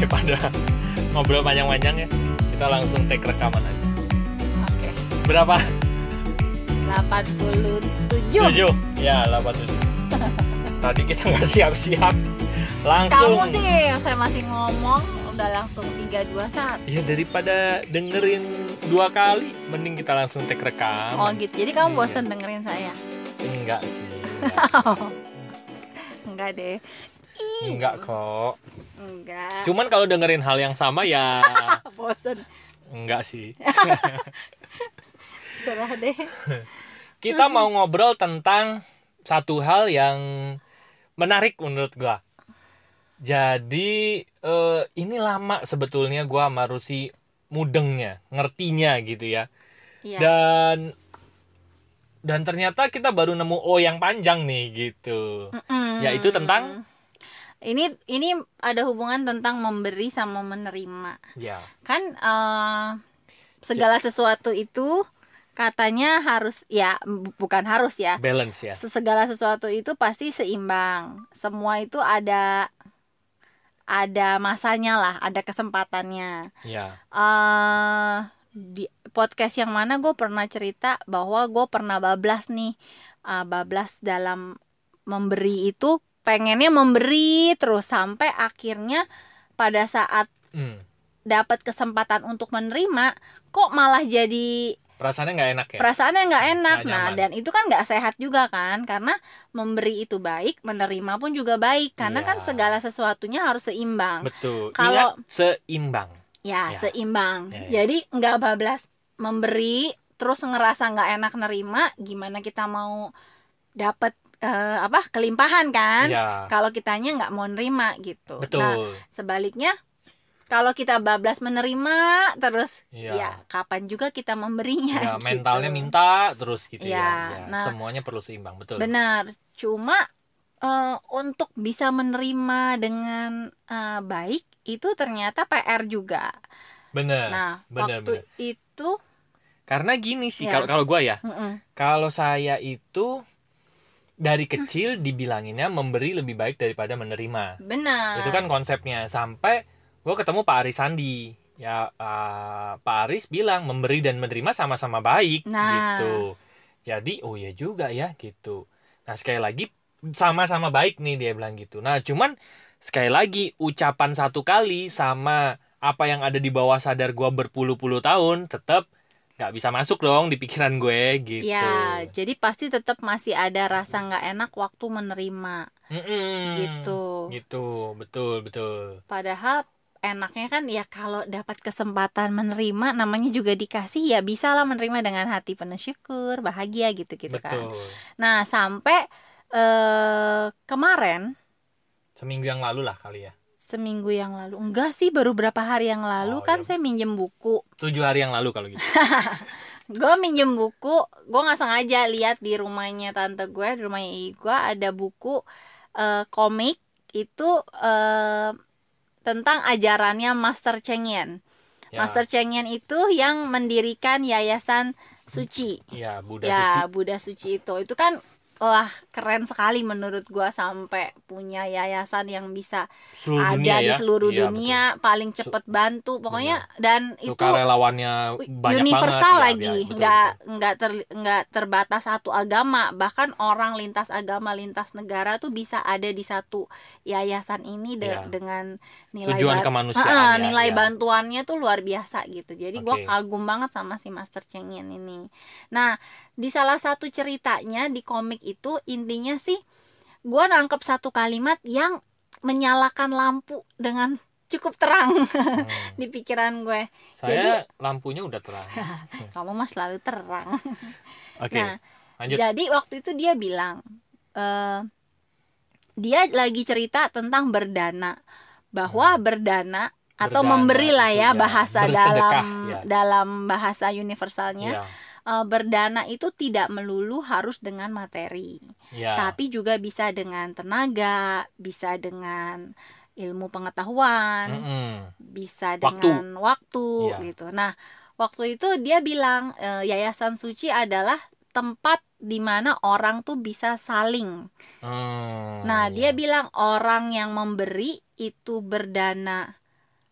daripada ngobrol panjang-panjang ya, kita langsung take rekaman aja. Oke. Berapa? 87. 7? Ya 87. Tadi kita nggak siap-siap, langsung. Kamu sih, saya masih ngomong udah langsung 3, 2, 1. Ya daripada dengerin 2 kali, mending kita langsung take rekaman. Oh gitu, jadi kamu Iya. bosan dengerin saya? Enggak sih. Enggak deh. Enggak kok. Enggak. Cuman kalau dengerin hal yang sama ya Bosan. enggak sih. Serah deh. Kita mau ngobrol tentang satu hal yang menarik menurut gua. Jadi ini lama sebetulnya gua sama Rusi mudengnya, ngertinya gitu ya. Iya. Dan ternyata kita baru nemu yang panjang nih gitu. Yaitu tentang ini ada hubungan tentang memberi sama menerima. ya. Kan segala sesuatu itu katanya harus ya, bukan harus ya. Balance ya. Segala sesuatu itu pasti seimbang. Semua itu ada masanya lah, ada kesempatannya. Ya. Di podcast yang mana gue pernah cerita bahwa gue pernah bablas nih, bablas dalam memberi itu, pengennya memberi terus sampai akhirnya pada saat dapat kesempatan untuk menerima, kok malah jadi Perasaannya nggak enak ya. perasaannya nggak enak. Nggak Nah, nyaman. dan itu kan nggak sehat juga kan, karena memberi itu baik, menerima pun juga baik, karena Iya. kan segala sesuatunya harus seimbang. Betul. Kalau- Ingat seimbang. Ya, Ya. seimbang. Ya. Jadi nggak bablas memberi terus ngerasa nggak enak nerima, gimana kita mau dapat kelimpahan kan? Ya. Kalau kitanya nggak mau nerima gitu. Betul. Nah, sebaliknya kalau kita bablas menerima terus, Iya. ya kapan juga kita memberinya? Ya, gitu. mentalnya minta terus gitu Ya, ya. nah, Semuanya perlu seimbang, betul. Benar. Cuma untuk bisa menerima dengan baik itu ternyata PR juga. Bener. Nah, bener, waktu bener. itu Karena gini sih, Ya. kalau gue ya, mm-mm. kalau saya itu dari kecil dibilanginnya memberi lebih baik daripada menerima. Benar. Itu kan konsepnya. Sampai gue ketemu Pak Aris Sandi. Ya, Pak Aris bilang memberi dan menerima sama-sama baik Nah. gitu. Jadi, oh ya juga ya gitu. Nah, sekali lagi sama-sama baik nih dia bilang gitu. Nah, cuman sekali lagi ucapan satu kali sama apa yang ada di bawah sadar gue berpuluh-puluh tahun tetap nggak bisa masuk dong di pikiran gue gitu. Ya, jadi pasti tetap masih ada rasa nggak enak waktu menerima. Gitu. Gitu, betul. Padahal enaknya kan ya kalau dapat kesempatan menerima, namanya juga dikasih, ya bisa lah menerima dengan hati penuh syukur, bahagia gitu-gitu kan. Betul. Nah, sampai kemarin Seminggu yang lalu lah kali ya. seminggu yang lalu, enggak sih, baru berapa hari yang lalu Oh, kan ya. saya minjem buku. 7 hari yang lalu kalau gitu. Gue minjem buku, gue nggak sengaja lihat di rumahnya tante gue, di rumahnya ibu gue ada buku komik itu tentang ajarannya Master Cheng Yen. Ya. Master Cheng Yen itu yang mendirikan Yayasan Suci. Ya, Buddha Ya, Suci. Buddha Suci itu kan wah, keren sekali menurut gua, sampai punya yayasan yang bisa Seluruh ada dunia di ya. seluruh Iya, dunia, paling cepet bantu pokoknya. Dan itu sukarelawannya banyak universal banget. lagi, Ya, betul. nggak terbatas satu agama, bahkan orang lintas agama, lintas negara tuh bisa ada di satu yayasan ini Iya. dengan nilai Tujuan kemanusiaan ya, nilai iya. bantuannya tuh luar biasa gitu. Jadi gua Oke. kagum banget sama si Master Cheng Yen ini. Nah, di salah satu ceritanya di komik itu intinya sih gua nangkep satu kalimat yang menyalakan lampu dengan cukup terang di pikiran gue. Saya lampunya udah terang. Kamu mah selalu terang. Oke. Nah, Lanjut. jadi waktu itu dia bilang dia lagi cerita tentang berdana, bahwa berdana atau Berdana memberi lah itu ya, ya, bahasa bersedekah, ya. dalam bahasa universalnya. Iya. Berdana itu tidak melulu harus dengan materi, Ya. tapi juga bisa dengan tenaga, bisa dengan ilmu pengetahuan, bisa dengan waktu Iya. gitu. Nah, waktu itu dia bilang Yayasan Suci adalah tempat di mana orang tuh bisa saling. Nah, dia bilang orang yang memberi itu berdana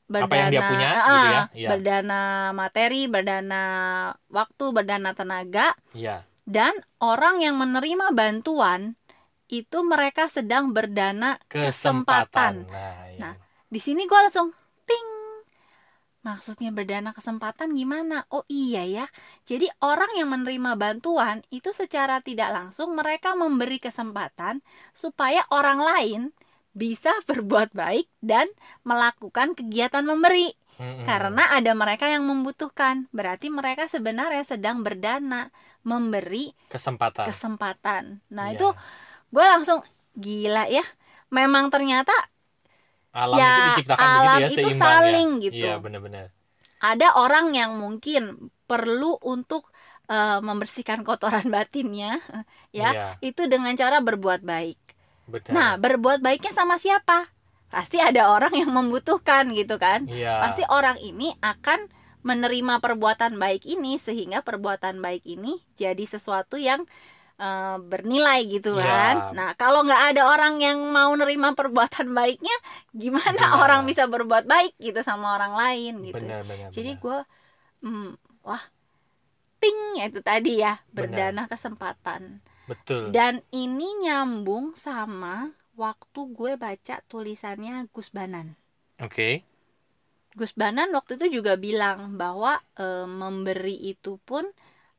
berdana, apa yang dia punya gitu ya. Iya. berdana materi, berdana waktu, berdana tenaga. Iya. Dan orang yang menerima bantuan itu mereka sedang berdana kesempatan. Nah, Di sini gue langsung ting. Maksudnya berdana kesempatan gimana? Oh iya ya. Jadi orang yang menerima bantuan itu secara tidak langsung mereka memberi kesempatan supaya orang lain bisa berbuat baik dan melakukan kegiatan memberi. Karena ada mereka yang membutuhkan. Berarti mereka sebenarnya sedang berdana memberi kesempatan. Nah, itu gue langsung gila ya. Memang ternyata alam itu diciptakan begitu ya, itu seimbang saling ya. gitu. Iya, benar-benar. Ada orang yang mungkin perlu untuk membersihkan kotoran batinnya ya, itu dengan cara berbuat baik. Benar. Nah, berbuat baiknya sama siapa? Pasti ada orang yang membutuhkan gitu kan. Pasti orang ini akan menerima perbuatan baik ini sehingga perbuatan baik ini jadi sesuatu yang bernilai gitu kan. Nah, kalau nggak ada orang yang mau nerima perbuatan baiknya, gimana orang bisa berbuat baik gitu sama orang lain gitu. Jadi gue wah, ting ya itu tadi ya, berdana kesempatan. Betul. Dan ini nyambung sama waktu gue baca tulisannya Gus Banan. Oke. Gus Banan waktu itu juga bilang bahwa memberi itu pun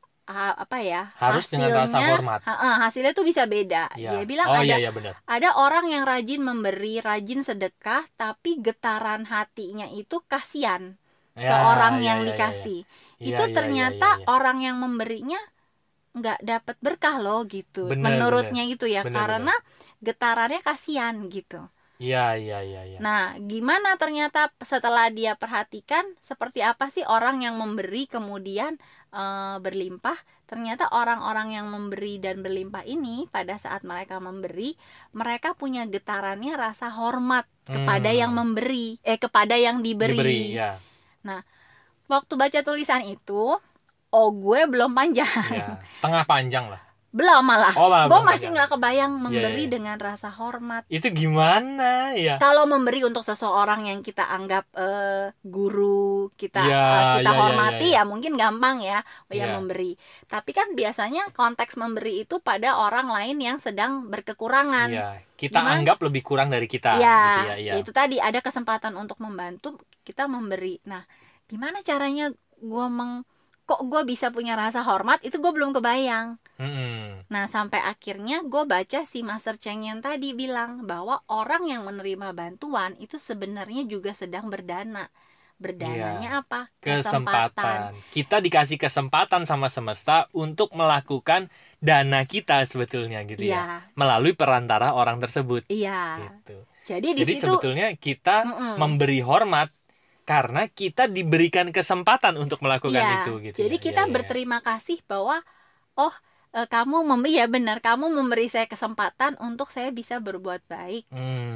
harus hasilnya, dengan rasa hormat. Hasilnya tuh bisa beda. Dia bilang ada orang yang rajin memberi, rajin sedekah, tapi getaran hatinya itu kasihan ke orang yang dikasih. Itu ternyata orang yang memberinya nggak dapat berkah loh gitu. Menurutnya gitu ya, karena getarannya kasihan gitu. Iya. Nah, gimana ternyata setelah dia perhatikan seperti apa sih orang yang memberi kemudian berlimpah? Ternyata orang-orang yang memberi dan berlimpah ini pada saat mereka memberi, mereka punya getarannya rasa hormat kepada yang memberi, kepada yang diberi. Nah, waktu baca tulisan itu, gue belum panjang. Setengah panjang lah. Belum malah. Gue masih nggak kebayang memberi dengan rasa hormat. Itu gimana ya? Kalau memberi untuk seseorang yang kita anggap guru, kita hormati ya mungkin gampang ya, memberi. Tapi kan biasanya konteks memberi itu pada orang lain yang sedang berkekurangan. Kita anggap lebih kurang dari kita. Itu tadi ada kesempatan untuk membantu, kita memberi. Nah, gimana caranya kok gue bisa punya rasa hormat, itu gue belum kebayang. Nah, sampai akhirnya gue baca si Master Cheng yang tadi bilang bahwa orang yang menerima bantuan itu sebenarnya juga sedang berdana. Berdananya apa? Kesempatan. Kita dikasih kesempatan sama semesta untuk melakukan dana kita sebetulnya gitu ya. Melalui perantara orang tersebut. Gitu. Jadi sebetulnya kita memberi hormat karena kita diberikan kesempatan untuk melakukan itu gitu. Jadi kita berterima kasih bahwa kamu memberi saya kesempatan untuk saya bisa berbuat baik.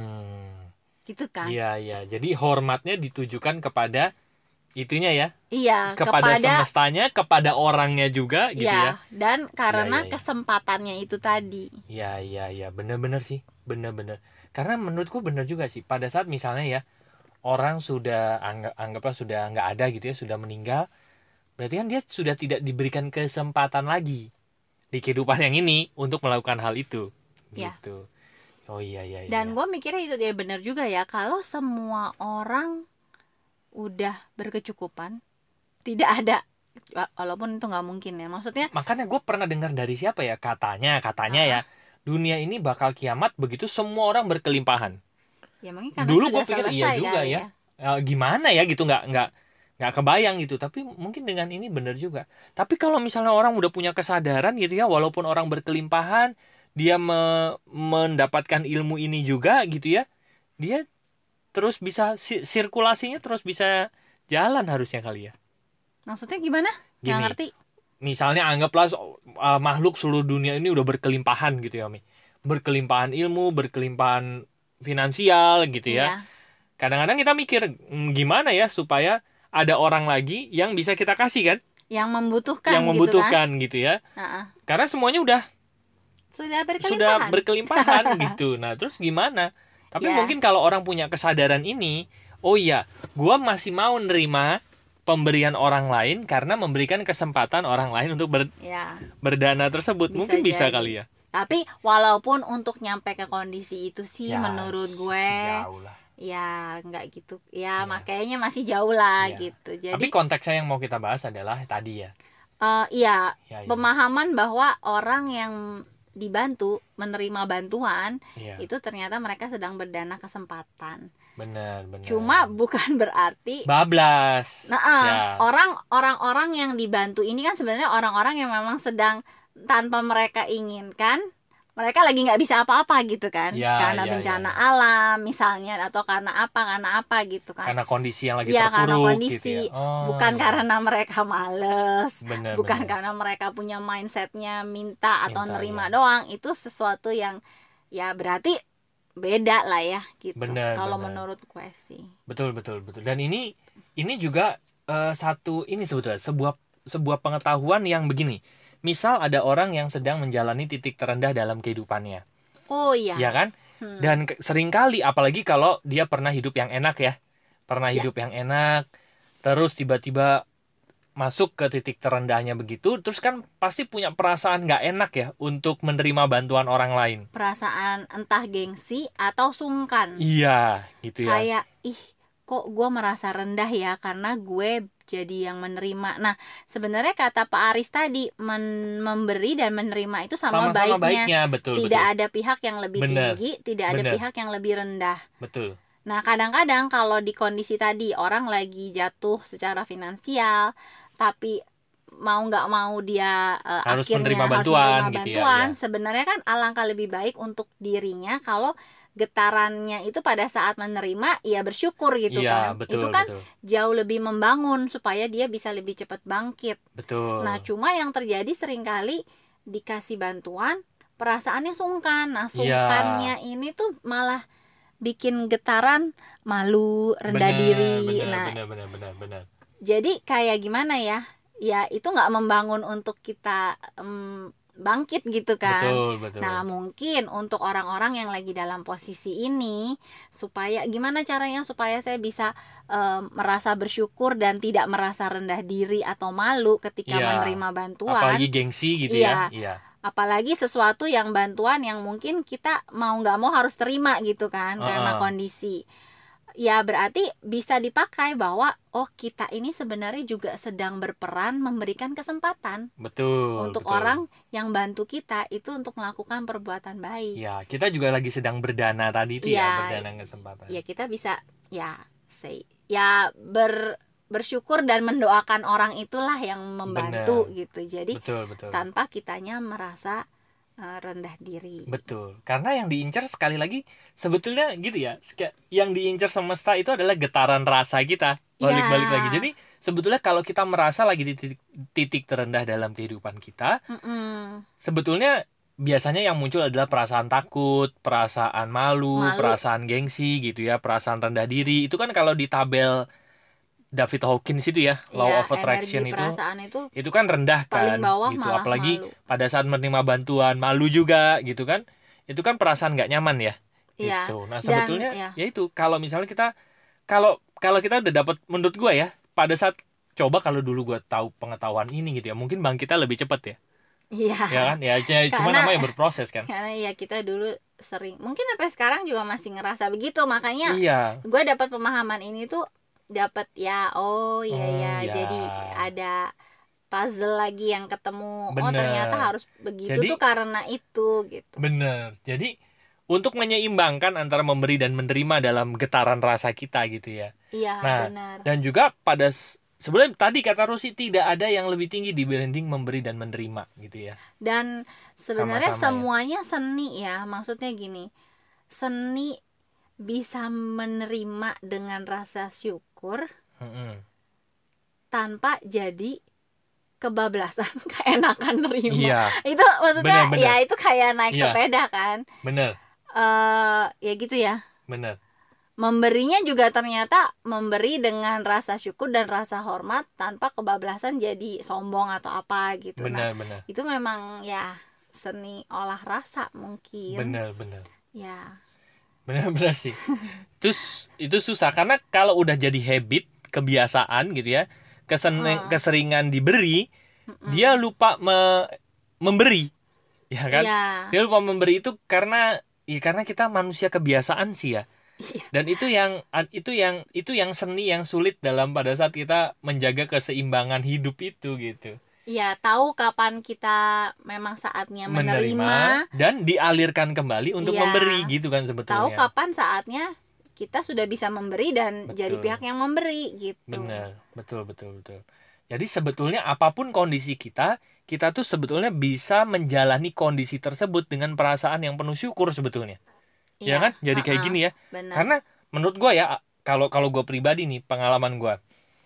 Gitu kan? Iya. Jadi hormatnya ditujukan kepada itunya ya. Kepada semestanya, kepada orangnya juga gitu ya. Dan karena kesempatannya itu tadi. Iya. Benar-benar sih. Benar-benar. Karena menurutku benar juga sih. Pada saat misalnya ya, orang sudah anggaplah sudah nggak ada gitu ya, sudah meninggal, berarti kan dia sudah tidak diberikan kesempatan lagi di kehidupan yang ini untuk melakukan hal itu gitu. Iya. Dan gue mikirnya itu dia benar juga ya, kalau semua orang udah berkecukupan, tidak ada, walaupun itu nggak mungkin ya, maksudnya. Makanya gue pernah dengar dari siapa ya, katanya ya, dunia ini bakal kiamat begitu semua orang berkelimpahan. Ya, mungkin dulu gue pikir iya juga ya. Gimana ya gitu, nggak kebayang gitu. Tapi mungkin dengan ini benar juga. Tapi kalau misalnya orang udah punya kesadaran gitu ya, walaupun orang berkelimpahan, dia mendapatkan ilmu ini juga gitu ya, dia terus bisa sirkulasinya terus bisa jalan harusnya kali ya. Maksudnya gimana? Nggak ngerti. Misalnya anggaplah makhluk seluruh dunia ini udah berkelimpahan gitu ya, Mi. Berkelimpahan ilmu, berkelimpahan finansial gitu ya. Kadang-kadang kita mikir gimana ya supaya ada orang lagi yang bisa kita kasih kan, yang membutuhkan gitu ya. Karena semuanya sudah berkelimpahan gitu. Nah, terus gimana? Tapi mungkin kalau orang punya kesadaran ini, oh iya, gua masih mau nerima pemberian orang lain karena memberikan kesempatan orang lain untuk Ya, berdana tersebut. bisa Mungkin bisa jadi. kali ya. Tapi walaupun untuk nyampe ke kondisi itu sih Ya, menurut gue sejauh lah. ya nggak gitu. Ya, Iya. makanya masih jauh lah Iya. gitu. Tapi Jadi konteksnya yang mau kita bahas adalah tadi ya. iya, Ya, pemahaman bahwa orang yang dibantu menerima bantuan Iya. itu ternyata mereka sedang berdana kesempatan. Benar. Cuma bukan berarti bablas. Ya. orang-orang yang dibantu ini kan sebenarnya orang-orang yang memang sedang tanpa mereka inginkan, mereka lagi nggak bisa apa-apa gitu kan, Ya, karena ya, bencana ya. alam misalnya, atau karena apa gitu kan. Karena kondisi yang lagi Iya, karena terpuruk kondisi, gitu ya. Oh, bukan iya. karena mereka males, Benar, bukan benar. karena mereka punya mindsetnya minta atau Minta, nerima ya. doang. Itu sesuatu yang ya berarti beda lah ya gitu. Benar, Kalau benar. menurut gue sih. Betul. Dan ini juga satu ini sebetulnya sebuah pengetahuan yang begini. Misal ada orang yang sedang menjalani titik terendah dalam kehidupannya. Oh iya. Ya kan? Dan seringkali apalagi kalau dia pernah hidup yang enak ya. Pernah Ya. hidup yang enak, terus tiba-tiba masuk ke titik terendahnya begitu, terus kan pasti punya perasaan nggak enak ya untuk menerima bantuan orang lain. Perasaan entah gengsi atau sungkan. Iya, gitu ya. Kayak kok gue merasa rendah ya karena gue jadi yang menerima. Nah, sebenarnya kata Pak Aris tadi, memberi dan menerima itu sama baiknya. Betul. Tidak ada pihak yang lebih Bener. tinggi, tidak ada Bener. pihak yang lebih rendah. Betul. Nah, kadang-kadang kalau di kondisi tadi orang lagi jatuh secara finansial, tapi mau nggak mau dia Harus akhirnya menerima harus bantuan menerima gitu ya, bantuan. ya. Sebenarnya kan alangkah lebih baik untuk dirinya kalau getarannya itu pada saat menerima ya bersyukur gitu Iya, kan. betul, Itu kan betul. jauh lebih membangun supaya dia bisa lebih cepat bangkit. Betul. Nah, cuma yang terjadi seringkali dikasih bantuan perasaannya sungkan. Nah, Iya. sungkannya ini tuh malah bikin getaran, malu, rendah diri. Nah, benar. jadi kayak gimana ya? Ya itu nggak membangun untuk kita bangkit gitu kan. Betul. Nah, mungkin untuk orang-orang yang lagi dalam posisi ini, supaya gimana caranya supaya saya bisa merasa bersyukur dan tidak merasa rendah diri atau malu ketika Iya. menerima bantuan. Apalagi gengsi gitu Iya. ya. Iya. Apalagi sesuatu yang bantuan yang mungkin kita mau nggak mau harus terima gitu kan, karena kondisi. Ya berarti bisa dipakai bahwa kita ini sebenarnya juga sedang berperan memberikan kesempatan Betul. untuk orang yang bantu kita itu untuk melakukan perbuatan baik. Ya, kita juga lagi sedang berdana tadi itu Iya. ya, berdana kesempatan. Ya kita bisa bersyukur dan mendoakan orang itulah yang membantu. Bener. Gitu. Jadi Betul. tanpa kitanya merasa rendah diri. Betul. Karena yang diincar sekali lagi sebetulnya gitu ya. Yang diincar semesta itu adalah getaran rasa kita. Balik-balik lagi. Jadi sebetulnya kalau kita merasa lagi di titik terendah dalam kehidupan kita, sebetulnya biasanya yang muncul adalah perasaan takut, perasaan malu, perasaan gengsi gitu ya, perasaan rendah diri. Itu kan kalau di tabel David Hawkins itu ya, Law of Attraction itu kan rendah kan, bawah, gitu. malah Apalagi malu. pada saat menerima bantuan malu juga gitu kan, itu kan perasaan nggak nyaman ya, Iya. gitu. Nah sebetulnya Dan, ya itu kalau misalnya kita kalau kita udah dapat, menurut gue ya, pada saat coba kalau dulu gue tahu pengetahuan ini gitu ya, mungkin kita lebih cepat ya. Iya. Ya kan, ya cuma namanya berproses kan. Karena ya kita dulu sering, mungkin sampai sekarang juga masih ngerasa begitu, makanya Iya. gue dapat pemahaman ini tuh dapat ya jadi ada puzzle lagi yang ketemu. Bener. Ternyata harus begitu. Jadi, tuh karena itu gitu. Bener. Jadi untuk menyeimbangkan antara memberi dan menerima dalam getaran rasa kita gitu ya. Iya, nah, benar. Dan juga pada sebenarnya tadi kata Rusi, tidak ada yang lebih tinggi dibanding memberi dan menerima gitu ya. Dan sebenarnya Sama-sama semuanya seni ya. Maksudnya gini, seni bisa menerima dengan rasa syukur tanpa jadi kebablasan, keenakan nerima. Iya. Itu maksudnya bener. Ya itu kayak naik sepeda kan. Bener. Ya gitu ya. Bener. Memberinya juga ternyata memberi dengan rasa syukur dan rasa hormat tanpa kebablasan jadi sombong atau apa gitu. Bener. Itu memang ya seni olah rasa mungkin. Bener. Ya. Benar-benar sih. Itu susah karena kalau udah jadi habit, kebiasaan gitu ya, keseringan diberi, dia lupa memberi, ya kan? Iya. Dia lupa memberi itu karena kita manusia kebiasaan sih ya. Iya. Dan itu yang seni yang sulit dalam pada saat kita menjaga keseimbangan hidup itu gitu. Iya, tahu kapan kita memang saatnya menerima, dan dialirkan kembali untuk Iya. memberi gitu kan tahu sebetulnya. kapan saatnya kita sudah bisa memberi dan Betul. jadi pihak yang memberi gitu. Benar, betul. Jadi sebetulnya apapun kondisi kita tuh sebetulnya bisa menjalani kondisi tersebut dengan perasaan yang penuh syukur sebetulnya. Ya kan? Jadi kayak gini ya. Benar. Karena menurut gue ya, kalau gue pribadi nih, pengalaman gue,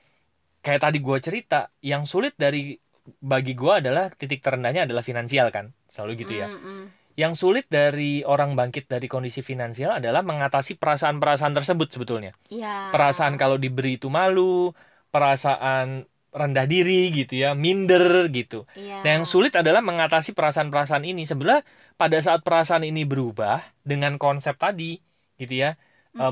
kayak tadi gue cerita, yang sulit bagi gue adalah titik terendahnya adalah finansial kan, selalu gitu ya. Yang sulit dari orang bangkit dari kondisi finansial adalah mengatasi perasaan-perasaan tersebut sebetulnya. Iya. Perasaan kalau diberi itu malu, perasaan rendah diri gitu ya, minder gitu. Iya. Nah, yang sulit adalah mengatasi perasaan-perasaan ini. Sebenarnya pada saat perasaan ini berubah dengan konsep tadi gitu ya,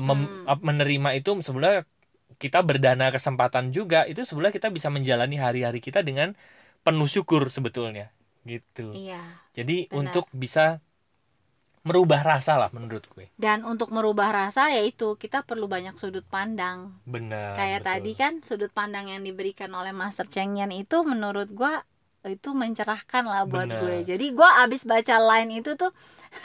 menerima itu sebenarnya kita berdana kesempatan juga, itu sebenarnya kita bisa menjalani hari-hari kita dengan penuh syukur sebetulnya gitu. Iya. Jadi Benar. untuk bisa merubah rasa lah menurut gue. Dan untuk merubah rasa yaitu kita perlu banyak sudut pandang. Benar. Kayak betul. tadi kan sudut pandang yang diberikan oleh Master Cheng Yen itu menurut gua itu mencerahkan lah buat Benar. gue. Jadi gua abis baca line itu tuh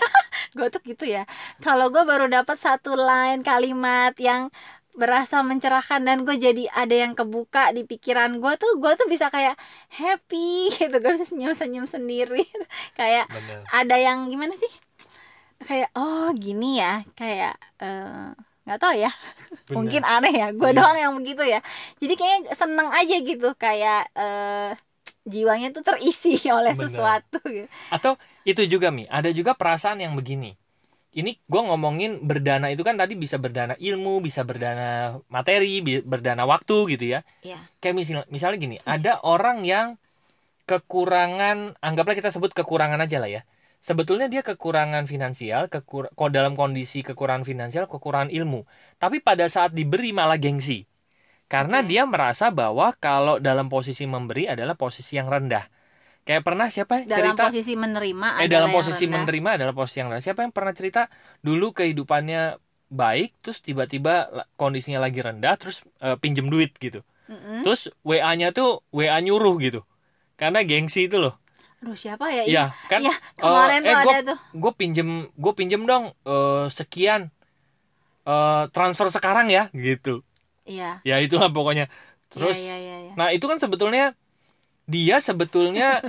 gue tuh gitu ya. Kalau gue baru dapat satu line kalimat yang berasa mencerahkan dan gue jadi ada yang kebuka di pikiran gue tuh bisa kayak happy gitu, gue bisa senyum sendiri kayak Benar. ada yang gimana sih, kayak oh gini ya, kayak nggak tahu ya. Benar. Mungkin aneh ya, gue Iya. doang yang begitu ya. Jadi kayak seneng aja gitu, kayak jiwanya tuh terisi oleh Benar. sesuatu gitu. Atau itu juga ada juga perasaan yang begini. Ini gue ngomongin berdana itu kan tadi bisa berdana ilmu, bisa berdana materi, berdana waktu gitu ya. Iya. Kayak misalnya gini, ada orang yang kekurangan, anggaplah kita sebut kekurangan aja lah ya. Sebetulnya dia kekurangan finansial, dalam kondisi kekurangan finansial, kekurangan ilmu. Tapi pada saat diberi malah gengsi. Karena dia merasa bahwa kalau dalam posisi memberi adalah posisi yang rendah. Kayak pernah siapa Dalam cerita posisi menerima dalam adalah posisi yang rendah. menerima adalah posisi yang rendah. Siapa yang pernah cerita dulu kehidupannya baik, terus tiba-tiba kondisinya lagi rendah, terus pinjem duit gitu. Terus WA-nya tuh WA nyuruh gitu. Karena gengsi itu loh. Aduh, siapa ya? Iya, kan? Iya, kemarin tuh ada tuh. Gue pinjem dong sekian, transfer sekarang ya gitu. Iya. Ya itulah pokoknya. Terus Iya. nah itu kan sebetulnya dia sebetulnya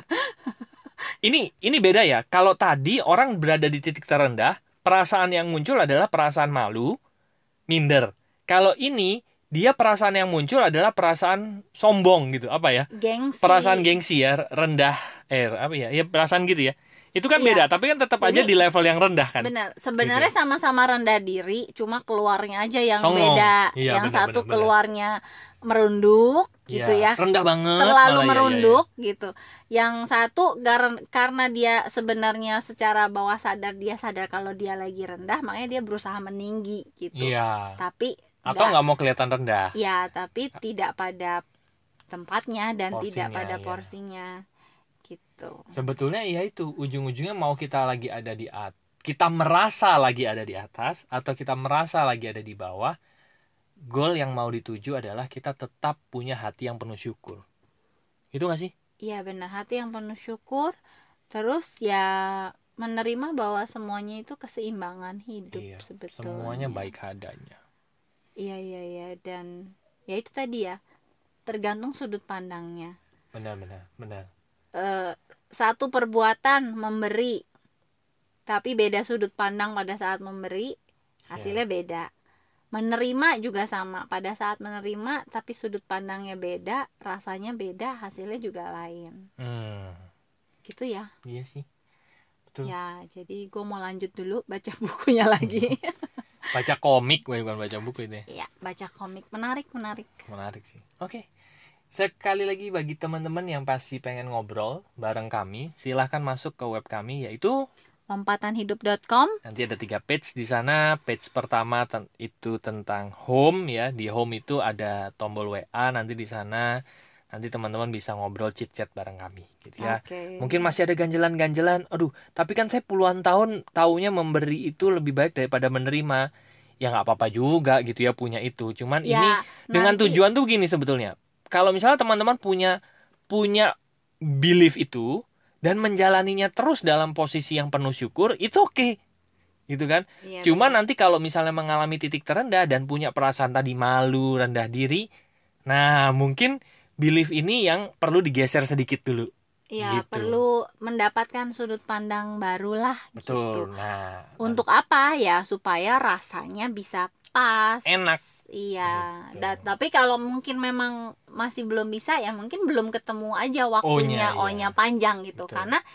ini beda ya. Kalau tadi orang berada di titik terendah, perasaan yang muncul adalah perasaan malu, minder. Kalau ini dia perasaan yang muncul adalah perasaan sombong gitu, apa ya? Gengsi. Perasaan gengsi ya, rendah, apa ya? Ya perasaan gitu ya. Itu kan Iya. beda, tapi kan tetap aja Jadi, di level yang rendah kan. Benar. Sebenarnya Gitu. sama-sama rendah diri, cuma keluarnya aja yang Songong. beda. Iya, Yang benar, satu benar. keluarnya merunduk gitu ya. Rendah banget. Terlalu malah, merunduk gitu. Yang satu karena dia sebenarnya secara bawah sadar dia sadar kalau dia lagi rendah, makanya dia berusaha meninggi gitu. Iya. Tapi Atau nggak mau kelihatan rendah. ya, tapi tidak pada tempatnya dan Porsinya, tidak pada ya. porsinya gitu. Sebetulnya ya itu ujung-ujungnya mau kita lagi ada kita merasa lagi ada di atas atau kita merasa lagi ada di bawah, goal yang mau dituju adalah kita tetap punya hati yang penuh syukur. Itu nggak sih? Iya benar, hati yang penuh syukur, terus ya menerima bahwa semuanya itu keseimbangan hidup Iya, sebetulnya. semuanya baik adanya. Iya, dan ya itu tadi ya, tergantung sudut pandangnya. Benar. Satu perbuatan memberi, tapi beda sudut pandang pada saat memberi, hasilnya beda. Menerima juga sama, pada saat menerima tapi sudut pandangnya beda, rasanya beda, hasilnya juga lain. Gitu ya. Iya sih, betul. Ya, jadi gue mau lanjut dulu baca bukunya lagi. Baca komik, bukan baca buku itu. Iya, baca komik, menarik. Menarik sih. Oke. Sekali lagi bagi teman-teman yang pasti pengen ngobrol bareng kami, silahkan masuk ke web kami, yaitu lompatanhidup.com. Nanti ada 3 page di sana. Page pertama itu tentang home ya. Di home itu ada tombol WA. Nanti di sana nanti teman-teman bisa ngobrol chit-chat bareng kami gitu ya. Oke. Mungkin masih ada ganjelan-ganjelan. Aduh, tapi kan saya puluhan tahun taunya memberi itu lebih baik daripada menerima. Ya nggak apa-apa juga gitu ya punya itu. Cuman Ya, ini dengan nanti- tujuan tuh gini sebetulnya. Kalau misalnya teman-teman punya belief itu dan menjalaninya terus dalam posisi yang penuh syukur, itu oke. Gitu kan? Iya, Cuma benar. nanti kalau misalnya mengalami titik terendah dan punya perasaan tadi malu, rendah diri, nah mungkin belief ini yang perlu digeser sedikit dulu. Ya, gitu. perlu mendapatkan sudut pandang baru lah gitu. Betul. Nah, Untuk apa ya? Supaya rasanya bisa pas. Enak. Iya. Gitu. Tapi kalau mungkin memang masih belum bisa ya mungkin belum ketemu aja waktunya O-nya, iya. panjang gitu. Betul. Karena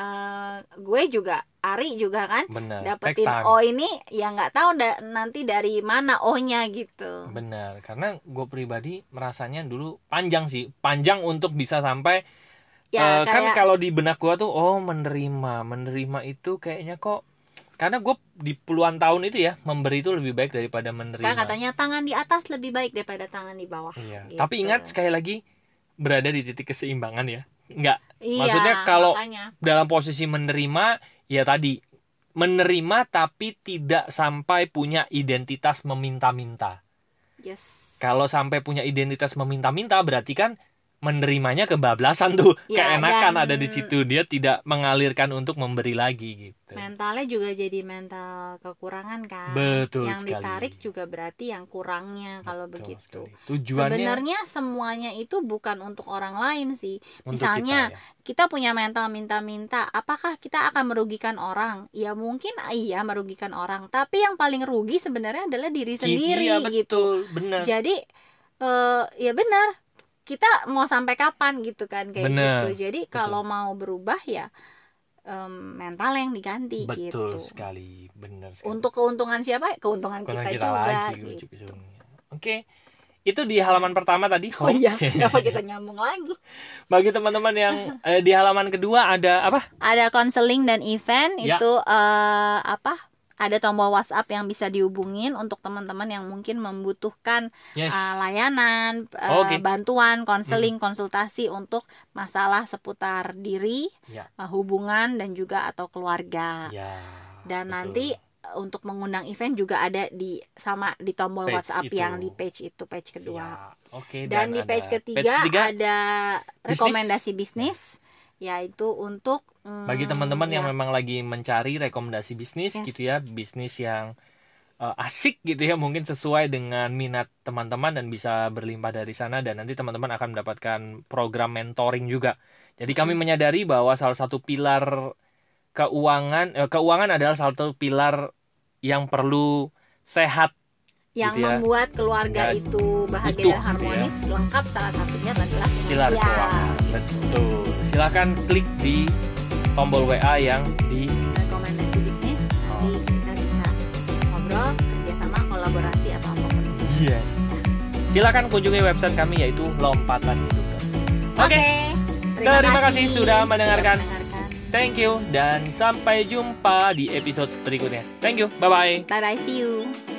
gue juga Ari juga kan benar. dapetin Text time. O ini ya nggak tahu nanti dari mana O-nya gitu. Benar. Karena gue pribadi merasanya dulu panjang sih. Panjang untuk bisa sampai Ya kan kayak kalau di benak gue tuh menerima itu kayaknya kok karena gue di puluhan tahun itu ya memberi itu lebih baik daripada menerima. kan katanya tangan di atas lebih baik daripada tangan di bawah. Iya. gitu. Tapi ingat sekali lagi berada di titik keseimbangan ya. Enggak. Iya, Maksudnya kalau makanya. dalam posisi menerima ya tadi menerima tapi tidak sampai punya identitas meminta-minta. Yes. Kalau sampai punya identitas meminta-minta berarti kan menerimanya kebablasan tuh. Ya, Keenakan dan ada di situ. Dia tidak mengalirkan untuk memberi lagi gitu. mentalnya juga jadi mental kekurangan kan. Betul Yang sekali. ditarik juga berarti yang kurangnya kalau Betul begitu. sekali. Tujuannya Sebenarnya semuanya itu bukan untuk orang lain sih. untuk Misalnya kita, ya. kita punya mental minta-minta, apakah kita akan merugikan orang? Ya mungkin iya merugikan orang, tapi yang paling rugi sebenarnya adalah diri sendiri Iya, gitu. betul, benar. Jadi ya benar. Kita mau sampai kapan gitu kan kayak Benar, gitu. Jadi kalau mau berubah ya mental yang diganti Betul gitu. sekali, benar sekali. Untuk keuntungan siapa? Keuntungan Karena kita kita juga lagi gitu. ujung-ujungnya. Oke. Itu di halaman pertama tadi. Oh iya, kenapa kita nyambung lagi? Bagi teman-teman yang di halaman kedua ada apa? Ada konseling dan event Ya. itu ada tombol WhatsApp yang bisa dihubungin untuk teman-teman yang mungkin membutuhkan Yes. layanan, Oke. bantuan, konseling, konsultasi untuk masalah seputar diri, Ya. hubungan dan juga atau keluarga. Ya. Dan betul. nanti untuk mengundang event juga ada di tombol Page WhatsApp itu. yang di page itu, page kedua. Siap. Oke, Dan di ada page ketiga ada bisnis. rekomendasi bisnis, yaitu untuk bagi teman-teman yang ya, memang lagi mencari rekomendasi bisnis Yes. gitu ya, bisnis yang asik gitu ya, mungkin sesuai dengan minat teman-teman dan bisa berlimpah dari sana, dan nanti teman-teman akan mendapatkan program mentoring juga. Jadi kami menyadari bahwa salah satu pilar keuangan adalah salah satu pilar yang perlu sehat yang gitu ya. membuat keluarga Ya, itu bahagia utuh dan harmonis, lengkap, salah satunya adalah pilar finansial. keuangan. Betul. Silakan klik di tombol WA yang di Rekomendasi bisnis, nanti kita bisa ngobrol, kerjasama, kolaborasi atau apapun. Yes. Silakan kunjungi website kami yaitu lompatanhidup. Oke. Terima kasih sudah mendengarkan. Thank you dan sampai jumpa di episode berikutnya. Thank you. Bye bye. Bye bye, see you.